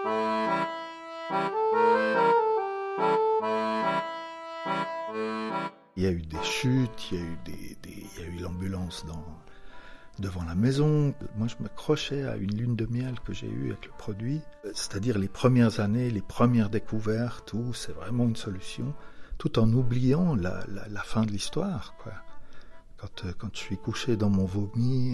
Il y a eu des chutes, il y a eu, il y a eu l'ambulance devant la maison. Moi, je m'accrochais à une lune de miel que j'ai eue avec le produit. C'est-à-dire les premières années, les premières découvertes, où c'est vraiment une solution, tout en oubliant la fin de l'histoire, quoi. Quand je suis couché dans mon vomi...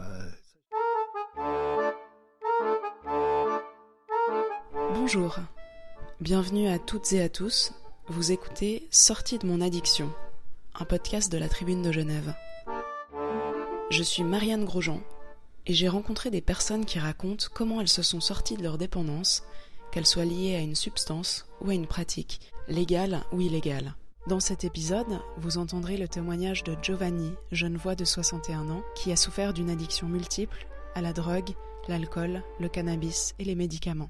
Bonjour, bienvenue à toutes et à tous. Vous écoutez Sortie de mon addiction, un podcast de la Tribune de Genève. Je suis Marianne Grosjean et j'ai rencontré des personnes qui racontent comment elles se sont sorties de leur dépendance, qu'elles soient liées à une substance ou à une pratique, légale ou illégale. Dans cet épisode, vous entendrez le témoignage de Giovanni, jeune voix de 61 ans, qui a souffert d'une addiction multiple à la drogue, l'alcool, le cannabis et les médicaments.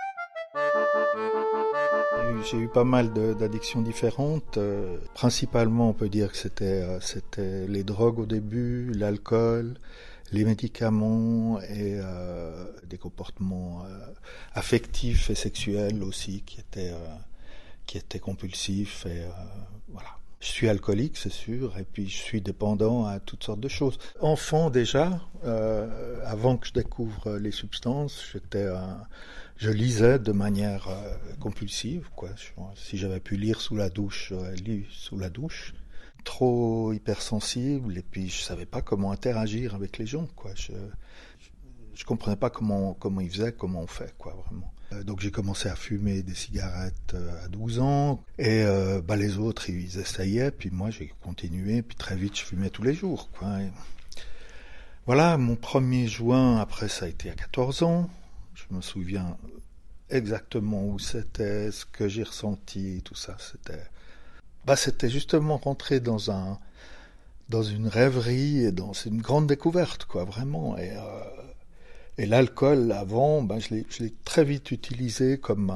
J'ai eu pas mal d'addictions différentes. Principalement, on peut dire que c'était les drogues au début, l'alcool, les médicaments et des comportements affectifs et sexuels aussi qui étaient compulsifs. Et voilà. Je suis alcoolique, c'est sûr, et puis je suis dépendant à toutes sortes de choses. Enfant déjà, avant que je découvre les substances, je lisais de manière compulsive, quoi. Si j'avais pu lire sous la douche, j'aurais lu sous la douche. Trop hypersensible, et puis je savais pas comment interagir avec les gens, quoi. Je comprenais pas comment ils faisaient, comment on fait, quoi, vraiment. Donc j'ai commencé à fumer des cigarettes à 12 ans, et les autres, ils essayaient, puis moi j'ai continué, puis très vite je fumais tous les jours, quoi. Et voilà, mon premier joint, après ça a été à 14 ans. Je me souviens exactement où c'était, ce que j'ai ressenti, tout ça. C'était justement rentrer dans une rêverie et dans une grande découverte, quoi, vraiment. Et l'alcool, avant, je l'ai très vite utilisé comme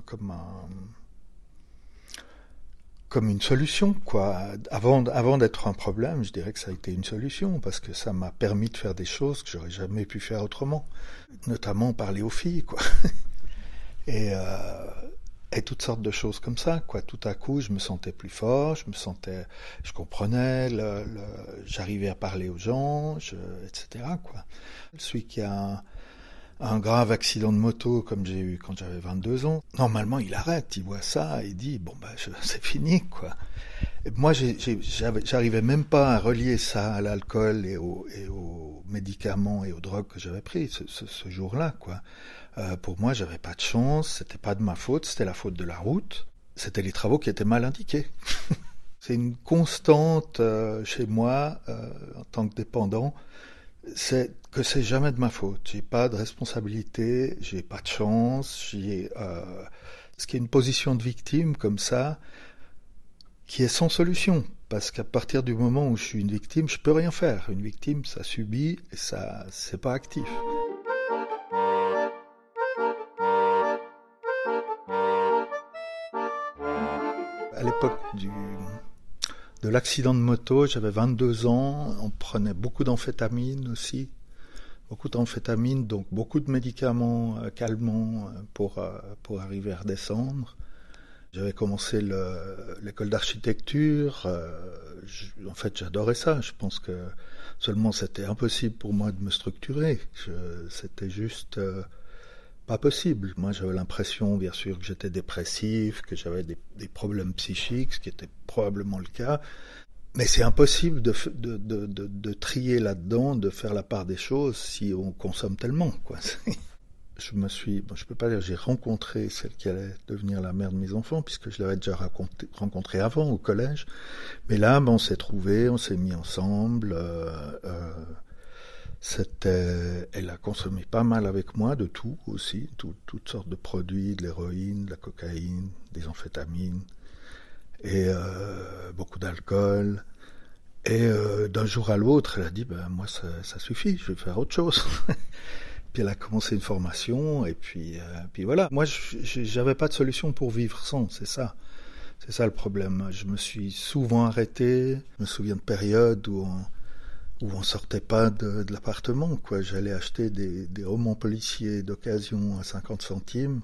une solution, quoi. Avant d'être un problème, je dirais que ça a été une solution, parce que ça m'a permis de faire des choses que j'aurais jamais pu faire autrement. Notamment parler aux filles, quoi. Et toutes sortes de choses comme ça, quoi. Tout à coup, je me sentais plus fort, je comprenais, j'arrivais à parler aux gens, etc., quoi. Celui qui a un grave accident de moto comme j'ai eu quand j'avais 22 ans, normalement il arrête, il voit ça, il dit c'est fini, quoi. Et moi j'arrivais même pas à relier ça à l'alcool et aux médicaments et aux drogues que j'avais pris ce jour-là, quoi. Pour moi j'avais pas de chance, c'était pas de ma faute, c'était la faute de la route, c'était les travaux qui étaient mal indiqués. C'est une constante chez moi en tant que dépendant. C'est que c'est jamais de ma faute. J'ai pas de responsabilité, j'ai pas de chance, ce qui est une position de victime comme ça, qui est sans solution. Parce qu'à partir du moment où je suis une victime, je peux rien faire. Une victime, ça subit et ça, c'est pas actif. À l'époque de l'accident de moto, j'avais 22 ans, on prenait beaucoup d'amphétamines aussi, donc beaucoup de médicaments calmants pour arriver à redescendre. J'avais commencé l'école d'architecture, en fait j'adorais ça, je pense que seulement c'était impossible pour moi de me structurer, c'était juste pas possible. Moi j'avais l'impression bien sûr que j'étais dépressif, que j'avais des problèmes psychiques, ce qui était probablement le cas. Mais c'est impossible de trier là-dedans, de faire la part des choses si on consomme tellement, quoi. Je peux pas dire, j'ai rencontré celle qui allait devenir la mère de mes enfants, puisque je l'avais déjà rencontrée avant au collège. Mais là, on s'est trouvés, on s'est mis ensemble. Elle a consommé pas mal avec moi, de tout aussi, toutes sortes de produits, de l'héroïne, de la cocaïne, des amphétamines. Et beaucoup d'alcool. Et d'un jour à l'autre, elle a dit moi ça suffit, je vais faire autre chose. Puis elle a commencé une formation et puis voilà. Moi j'avais pas de solution pour vivre sans, c'est ça le problème. Je me suis souvent arrêté. Je me souviens de périodes où où on sortait pas de l'appartement, quoi. J'allais acheter des romans policiers d'occasion à 50 centimes.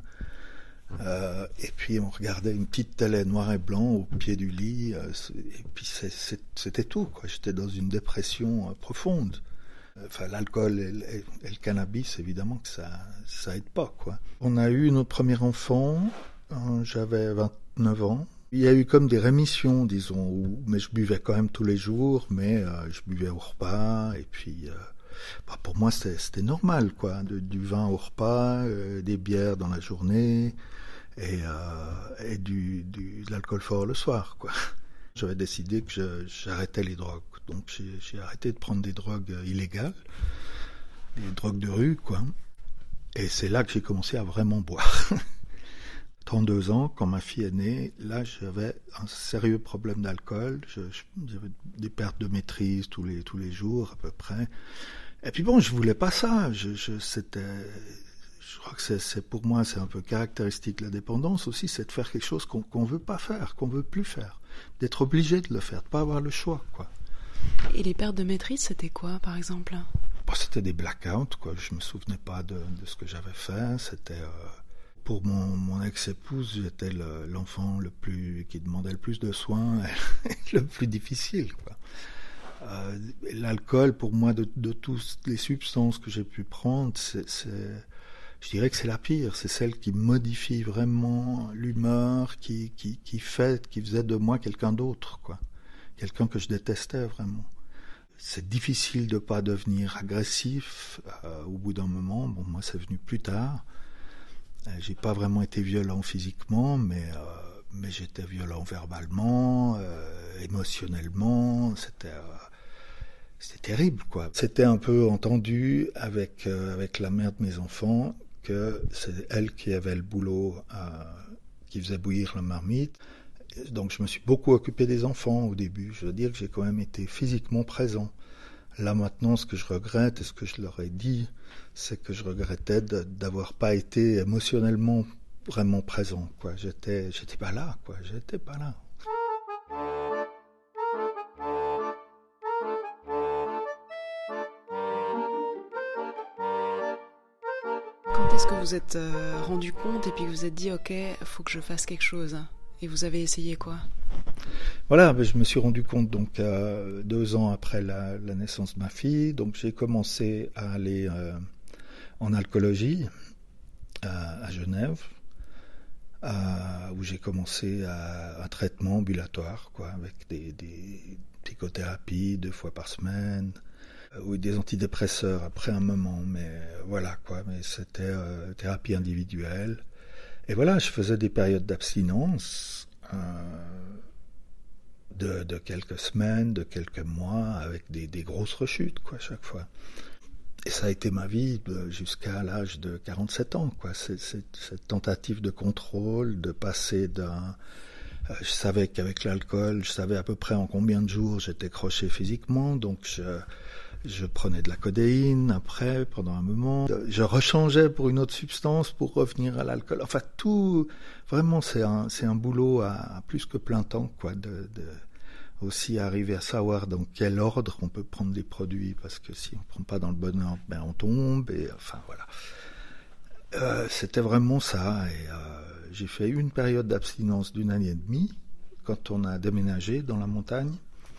Et puis on regardait une petite télé noir et blanc au pied du lit, et puis c'était tout, quoi. J'étais dans une dépression profonde. Enfin, l'alcool et le cannabis, évidemment que ça aide pas, quoi. On a eu notre premier enfant, j'avais 29 ans. Il y a eu comme des rémissions, disons, mais je buvais quand même tous les jours, mais je buvais au repas, et puis pour moi c'était normal, quoi, du vin au repas, des bières dans la journée, et de l'alcool fort le soir, quoi. J'avais décidé que j'arrêtais les drogues, donc j'ai arrêté de prendre des drogues illégales, des drogues de rue, quoi. Et c'est là que j'ai commencé à vraiment boire. 32 ans, quand ma fille est née, là j'avais un sérieux problème d'alcool, j'avais des pertes de maîtrise tous les jours à peu près. Et puis bon, je voulais pas ça. Je crois que c'est pour moi, c'est un peu caractéristique de la dépendance aussi, c'est de faire quelque chose qu'on veut pas faire, qu'on veut plus faire, d'être obligé de le faire, de pas avoir le choix, quoi. Et les pertes de maîtrise, c'était quoi, par exemple? C'était des blackouts, quoi. Je me souvenais pas de ce que j'avais fait. C'était pour mon ex-épouse, j'étais l'enfant qui demandait le plus de soins et le plus difficile, quoi. L'alcool, pour moi, de toutes les substances que j'ai pu prendre, je dirais que c'est la pire. C'est celle qui modifie vraiment l'humeur, qui faisait de moi quelqu'un d'autre, quoi. Quelqu'un que je détestais vraiment. C'est difficile de pas devenir agressif au bout d'un moment. Bon, moi, c'est venu plus tard. J'ai pas vraiment été violent physiquement, mais j'étais violent verbalement, émotionnellement. C'était terrible, quoi. C'était un peu entendu avec la mère de mes enfants que c'est elle qui avait le boulot, qui faisait bouillir la marmite. Donc je me suis beaucoup occupé des enfants au début. Je veux dire que j'ai quand même été physiquement présent. Là maintenant, ce que je regrette et ce que je leur ai dit, c'est que je regrettais d'avoir pas été émotionnellement vraiment présent, quoi. J'étais pas là, quoi. J'étais pas là. Quand est-ce que vous êtes rendu compte et puis vous vous êtes dit, ok, faut que je fasse quelque chose? Et vous avez essayé quoi? Voilà, je me suis rendu compte donc 2 ans après la naissance de ma fille. Donc j'ai commencé à aller en alcoolologie à Genève, où j'ai commencé un traitement ambulatoire, quoi, avec des psychothérapies 2 fois par semaine, ou des antidépresseurs après un moment. Mais voilà, quoi. Mais c'était thérapie individuelle. Et voilà, je faisais des périodes d'abstinence de quelques semaines, de quelques mois, avec des grosses rechutes, quoi, chaque fois. Et ça a été ma vie jusqu'à l'âge de 47 ans, quoi. Cette tentative de contrôle, de passer je savais qu'avec l'alcool, je savais à peu près en combien de jours j'étais croché physiquement, donc je prenais de la codéine après, pendant un moment. Je rechangeais pour une autre substance pour revenir à l'alcool. Enfin, tout, vraiment, c'est un boulot à plus que plein temps, quoi, aussi arriver à savoir dans quel ordre on peut prendre les produits, parce que si on prend pas dans le bon ordre, ben on tombe, et enfin, voilà. C'était vraiment ça, et j'ai fait une période d'abstinence d'1 année et demie, quand on a déménagé dans la montagne.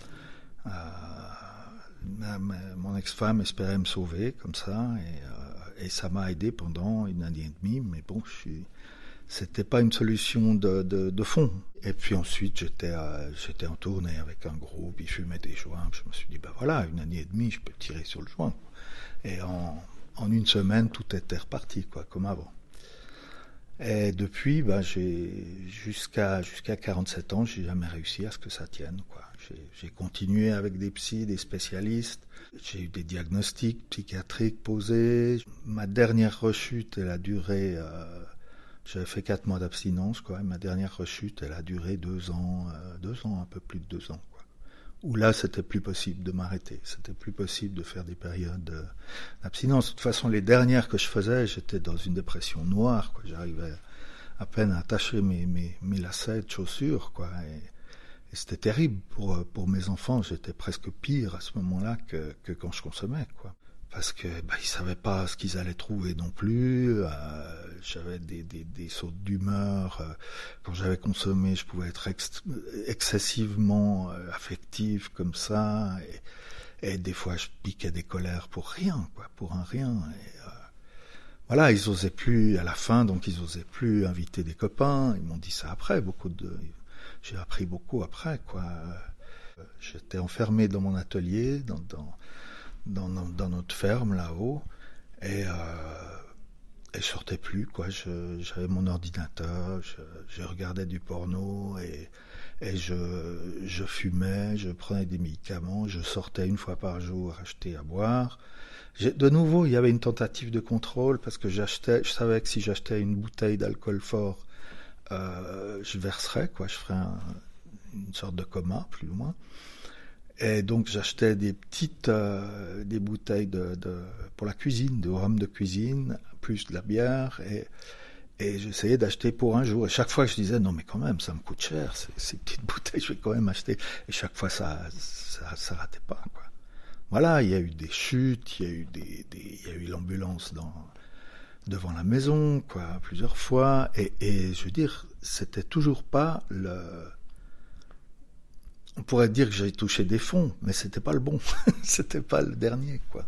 Mon ex-femme espérait me sauver comme ça, et ça m'a aidé pendant 1 année et demie, mais bon, c'était pas une solution de fond. Et puis ensuite, j'étais en tournée avec un groupe, ils fumaient des joints, je me suis dit, ben voilà, 1 année et demie, je peux tirer sur le joint. Et en 1 semaine, tout était reparti, quoi, comme avant. Et depuis, jusqu'à 47 ans, j'ai jamais réussi à ce que ça tienne, quoi. J'ai continué avec des psys, des spécialistes. J'ai eu des diagnostics psychiatriques posés. Ma dernière rechute, elle a duré... j'avais fait 4 mois d'abstinence, quoi. Ma dernière rechute, elle a duré 2 ans, un peu plus de 2 ans, quoi. Où là, c'était plus possible de m'arrêter. C'était plus possible de faire des périodes d'abstinence. De toute façon, les dernières que je faisais, j'étais dans une dépression noire, quoi. J'arrivais à peine à attacher mes lacets de chaussures, quoi. Et c'était terrible pour mes enfants. J'étais presque pire à ce moment-là que quand je consommais, quoi. Parce que ils savaient pas ce qu'ils allaient trouver non plus. J'avais des sautes d'humeur. Quand j'avais consommé, je pouvais être excessivement affectif comme ça. Et des fois, je piquais des colères pour rien, quoi, pour un rien. Et, voilà, ils osaient plus à la fin, donc ils osaient plus inviter des copains. Ils m'ont dit ça après. J'ai appris beaucoup après, quoi. J'étais enfermé dans mon atelier, dans notre ferme là-haut, et je sortais plus, quoi. J'avais mon ordinateur, je regardais du porno et je fumais, je prenais des médicaments, je sortais une fois par jour acheter à boire. De nouveau, il y avait une tentative de contrôle parce que je savais que si j'achetais une bouteille d'alcool fort, je verserais, quoi. Je ferais une sorte de coma, plus ou moins. Et donc j'achetais des bouteilles pour la cuisine, de rhum de cuisine, plus de la bière, et j'essayais d'acheter pour un jour. Et chaque fois je disais non mais quand même ça me coûte cher, ces petites bouteilles je vais quand même acheter. Et chaque fois ça ratait pas, quoi. Voilà, il y a eu des chutes, il y a eu l'ambulance devant la maison, quoi, plusieurs fois. Et je veux dire, c'était toujours pas on pourrait dire que j'ai touché des fonds, mais c'était pas le bon. C'était pas le dernier, quoi.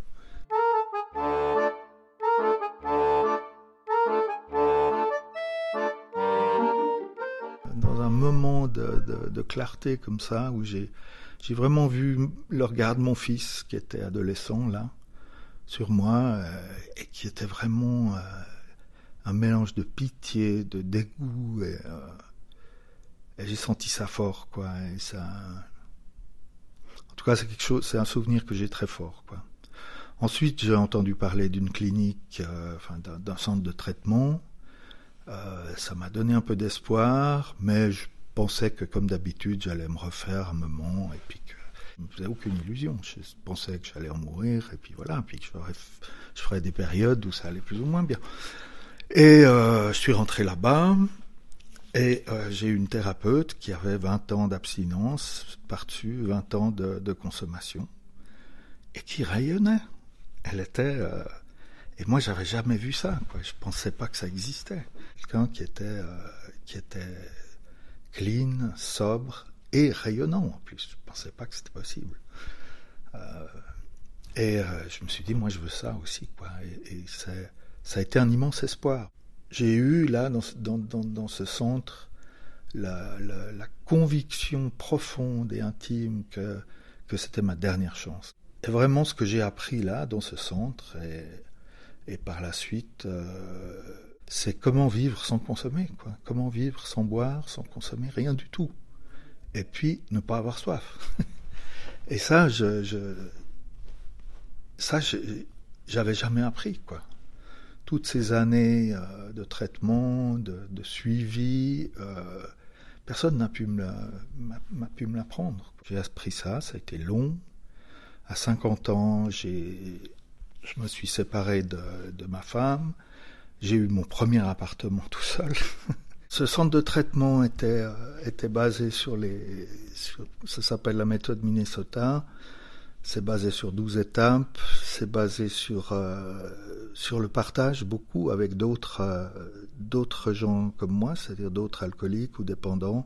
Dans un moment de clarté comme ça, où j'ai vraiment vu le regard de mon fils, qui était adolescent, là, sur moi, et qui était vraiment un mélange de pitié, de dégoût, et j'ai senti ça fort, quoi. Et ça, en tout cas, c'est un souvenir que j'ai très fort, quoi. Ensuite, j'ai entendu parler d'une clinique, d'un centre de traitement. Ça m'a donné un peu d'espoir, mais je pensais que, comme d'habitude, j'allais me refaire un moment, et puis que je ne me faisais aucune illusion. Je pensais que j'allais en mourir, et puis voilà, puis que je ferais des périodes où ça allait plus ou moins bien. Et je suis rentré là-bas. Et j'ai eu une thérapeute qui avait 20 ans d'abstinence, par-dessus 20 ans de consommation, et qui rayonnait. Elle était... et moi, j'avais jamais vu ça, quoi. Je pensais pas que ça existait. Quelqu'un qui était clean, sobre et rayonnant, en plus. Je pensais pas que c'était possible. Je me suis dit, moi, je veux ça aussi, quoi. Et ça a été un immense espoir. J'ai eu, là, dans ce centre, la conviction profonde et intime que c'était ma dernière chance. Et vraiment, ce que j'ai appris là, dans ce centre, et par la suite, c'est comment vivre sans consommer, quoi. Comment vivre sans boire, sans consommer, rien du tout. Et puis, ne pas avoir soif. Et ça, j'avais jamais appris, quoi. Toutes ces années de traitement, de suivi, personne m'a pu me l'apprendre. J'ai appris ça a été long. À 50 ans, je me suis séparé de ma femme. J'ai eu mon premier appartement tout seul. Ce centre de traitement était basé ça s'appelle la méthode Minnesota. C'est basé sur 12 étapes, c'est basé sur le partage beaucoup avec d'autres gens comme moi, c'est-à-dire d'autres alcooliques ou dépendants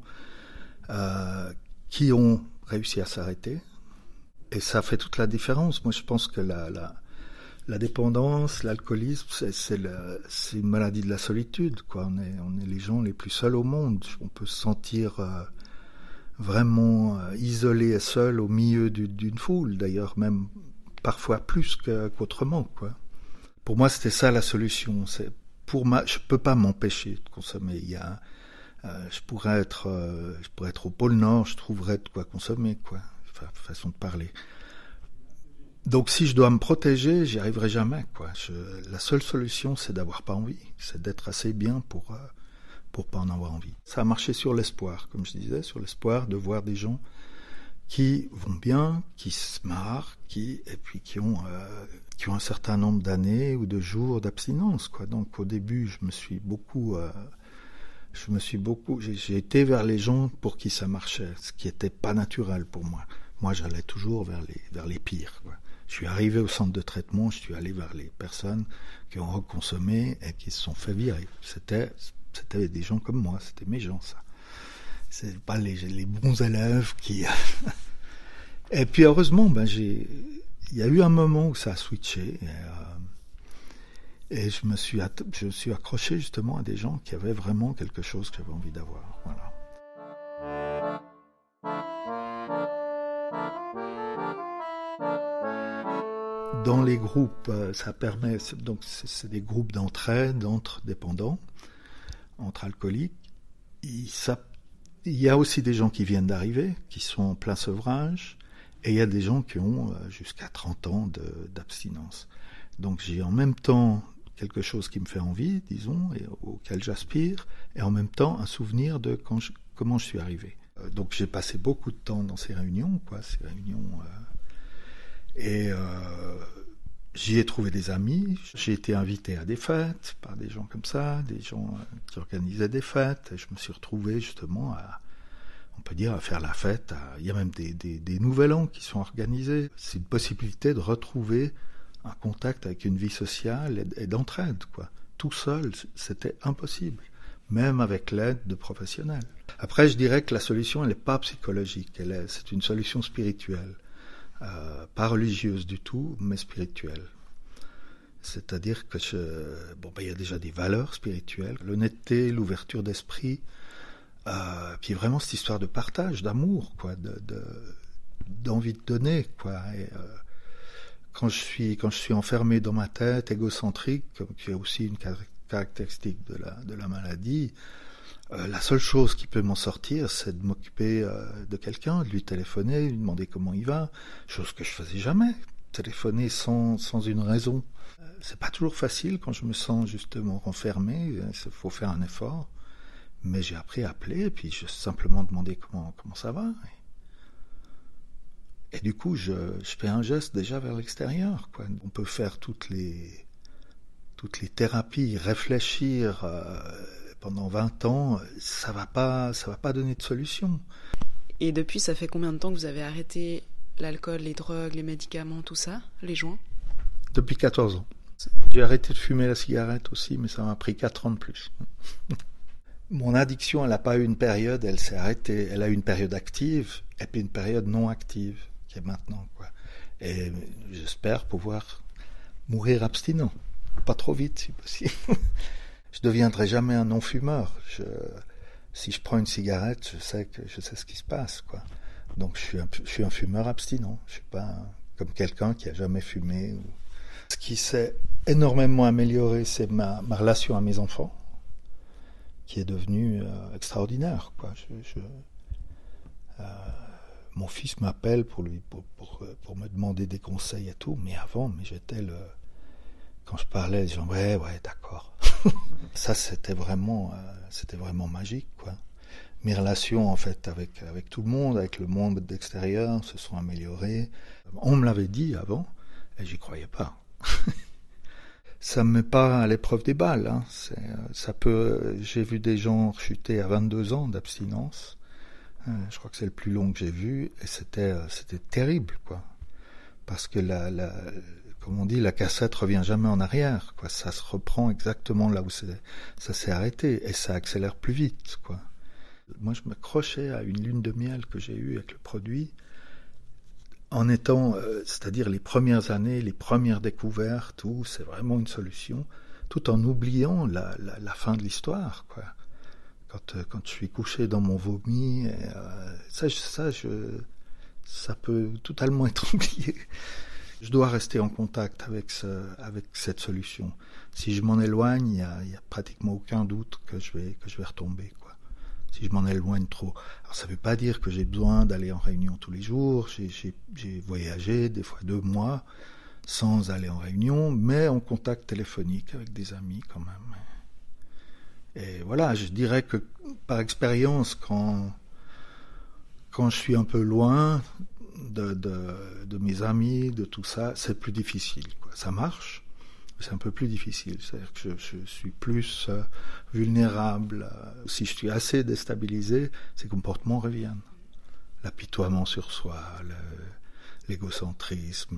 qui ont réussi à s'arrêter. Et ça fait toute la différence. Moi, je pense que la dépendance, l'alcoolisme, c'est une maladie de la solitude, quoi. On est les gens les plus seuls au monde. On peut se sentir vraiment isolé et seul au milieu d'une foule, d'ailleurs même parfois plus qu'autrement, quoi. Pour moi, c'était ça la solution. Je peux pas m'empêcher de consommer. Je pourrais être au pôle Nord, je trouverais de quoi consommer, quoi. Enfin, façon de parler. Donc, si je dois me protéger, j'y arriverai jamais, quoi. La seule solution, c'est d'avoir pas envie, c'est d'être assez bien pour pas en avoir envie. Ça a marché sur l'espoir, comme je disais, sur l'espoir de voir des gens qui vont bien, qui se marrent, et puis qui ont un certain nombre d'années ou de jours d'abstinence, quoi. Donc au début, je me suis beaucoup J'ai été vers les gens pour qui ça marchait, ce qui était pas naturel pour moi. Moi, j'allais toujours vers les pires, quoi. Je suis arrivé au centre de traitement, je suis allé vers les personnes qui ont reconsommé et qui se sont fait virer. C'était des gens comme moi, c'était mes gens, ça. C'est pas les bons élèves qui... Et puis heureusement, il y a eu un moment où ça a switché. Et je me suis accroché justement à des gens qui avaient vraiment quelque chose que j'avais envie d'avoir. Voilà. Dans les groupes, ça permet, donc c'est des groupes d'entraide entre dépendants, entre alcooliques. Il y a aussi des gens qui viennent d'arriver, qui sont en plein sevrage, et il y a des gens qui ont jusqu'à 30 ans d'abstinence. Donc j'ai en même temps quelque chose qui me fait envie, disons, et auquel j'aspire, et en même temps un souvenir de comment je suis arrivé. Donc j'ai passé beaucoup de temps dans ces réunions, j'y ai trouvé des amis, j'ai été invité à des fêtes par des gens comme ça, des gens qui organisaient des fêtes, et je me suis retrouvé justement on peut dire, à faire la fête. Il y a même des nouvel an qui sont organisés. C'est une possibilité de retrouver un contact avec une vie sociale et d'entraide, quoi. Tout seul, c'était impossible, même avec l'aide de professionnels. Après, je dirais que la solution, elle n'est pas psychologique, c'est une solution spirituelle. Pas religieuse du tout, mais spirituelle. C'est-à-dire que il y a déjà des valeurs spirituelles, l'honnêteté, l'ouverture d'esprit, puis vraiment cette histoire de partage, d'amour, quoi, d'envie de donner, quoi. Et quand je suis enfermé dans ma tête, égocentrique, qui est aussi une caractéristique de la maladie, la seule chose qui peut m'en sortir, c'est de m'occuper de quelqu'un, de lui téléphoner, lui demander comment il va, chose que je faisais jamais, téléphoner sans une raison. C'est pas toujours facile quand je me sens justement renfermé, il faut faire un effort, mais j'ai appris à appeler, et puis je simplement demander comment ça va. Et du coup, je fais un geste déjà vers l'extérieur, quoi. On peut faire toutes les thérapies, réfléchir pendant 20 ans, ça va pas donner de solution. Et depuis, ça fait combien de temps que vous avez arrêté l'alcool, les drogues, les médicaments, tout ça, les joints ? Depuis 14 ans. J'ai arrêté de fumer la cigarette aussi, mais ça m'a pris 4 ans de plus. Mon addiction, elle n'a pas eu une période, elle s'est arrêtée. Elle a eu une période active, et puis une période non active, qui est maintenant, quoi. Et j'espère pouvoir mourir abstinent. Pas trop vite, si possible. Je deviendrai jamais un non-fumeur. Si je prends une cigarette, je sais ce qui se passe, quoi. Donc je suis un fumeur abstinent. Je suis pas comme quelqu'un qui a jamais fumé. Ce qui s'est énormément amélioré, c'est ma relation à mes enfants, qui est devenue extraordinaire, quoi. Mon fils m'appelle pour me demander des conseils et tout, mais avant, j'étais quand je parlais, les gens, ouais, d'accord. Ça, c'était vraiment magique, quoi. Mes relations, en fait, avec tout le monde, avec le monde extérieur, se sont améliorées. On me l'avait dit avant, et j'y croyais pas. Ça me met pas à l'épreuve des balles, hein. J'ai vu des gens chuter à 22 ans d'abstinence. Je crois que c'est le plus long que j'ai vu, et c'était terrible, quoi. Parce que comme on dit, la cassette revient jamais en arrière, quoi. Ça se reprend exactement là où ça s'est arrêté, et ça accélère plus vite, quoi. Moi, je m'accrochais à une lune de miel que j'ai eue avec le produit, en étant, c'est-à-dire les premières années, les premières découvertes, où c'est vraiment une solution, tout en oubliant la fin de l'histoire, quoi. Quand je suis couché dans mon vomi, ça peut totalement être oublié. Je dois rester en contact avec cette solution. Si je m'en éloigne, il y a pratiquement aucun doute que je vais retomber, quoi. Si je m'en éloigne trop. Alors ça veut pas dire que j'ai besoin d'aller en réunion tous les jours. J'ai voyagé des fois 2 mois sans aller en réunion, mais en contact téléphonique avec des amis quand même. Et voilà, je dirais que par expérience, quand je suis un peu loin de mes amis, de tout ça, c'est plus difficile, quoi. Ça marche, C'est un peu plus difficile, c'est-à-dire que je suis plus vulnérable. Si je suis assez déstabilisé, ces comportements reviennent. L'apitoiement sur soi, l'égocentrisme,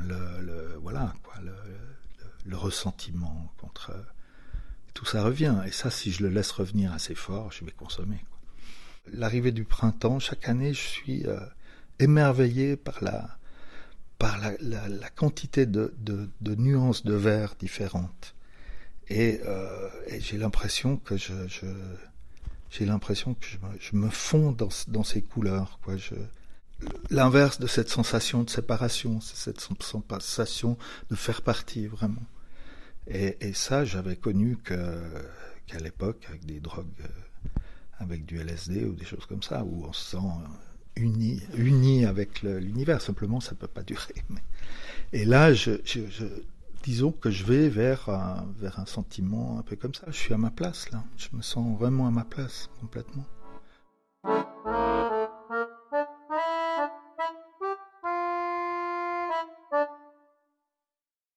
le ressentiment contre... Tout ça revient, et ça, si je le laisse revenir assez fort, je vais consommer. L'arrivée du printemps, chaque année, je suis émerveillé par la quantité de nuances de vert différentes. Et j'ai l'impression que je me fonds dans ces couleurs, quoi. L'inverse de cette sensation de séparation, c'est cette sensation de faire partie, vraiment. Et ça, j'avais connu qu'à l'époque, avec des drogues, avec du LSD ou des choses comme ça, où on se sent uni avec l'univers. Simplement, ça ne peut pas durer. Et là, disons que je vais vers un sentiment un peu comme ça. Je suis à ma place, là. Je me sens vraiment à ma place, complètement.